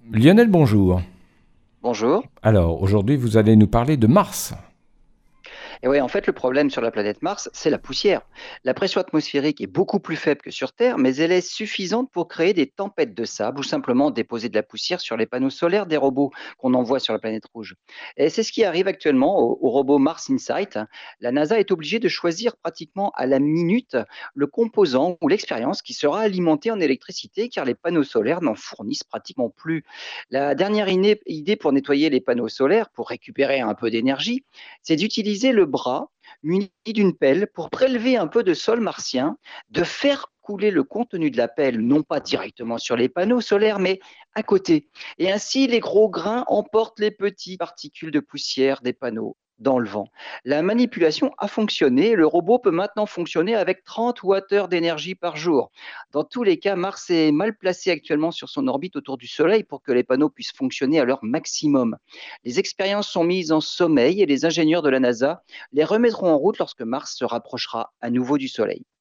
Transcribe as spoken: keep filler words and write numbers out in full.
Lionel, bonjour. Bonjour. Alors, aujourd'hui, vous allez nous parler de Mars. Et ouais, en fait, le problème sur la planète Mars, c'est la poussière. La pression atmosphérique est beaucoup plus faible que sur Terre, mais elle est suffisante pour créer des tempêtes de sable ou simplement déposer de la poussière sur les panneaux solaires des robots qu'on envoie sur la planète rouge. Et c'est ce qui arrive actuellement au, au robot Mars Insight. La NASA est obligée de choisir pratiquement à la minute le composant ou l'expérience qui sera alimenté en électricité car les panneaux solaires n'en fournissent pratiquement plus. La dernière iné- idée pour nettoyer les panneaux solaires, pour récupérer un peu d'énergie, c'est d'utiliser le bras muni d'une pelle pour prélever un peu de sol martien, de faire couler le contenu de la pelle, non pas directement sur les panneaux solaires, mais à côté. Et ainsi, les gros grains emportent les petites particules de poussière des panneaux dans le vent. La manipulation a fonctionné. Le robot peut maintenant fonctionner avec trente watts d'énergie par jour. Dans tous les cas, Mars est mal placé actuellement sur son orbite autour du Soleil pour que les panneaux puissent fonctionner à leur maximum. Les expériences sont mises en sommeil et les ingénieurs de la NASA les remettront en route lorsque Mars se rapprochera à nouveau du Soleil.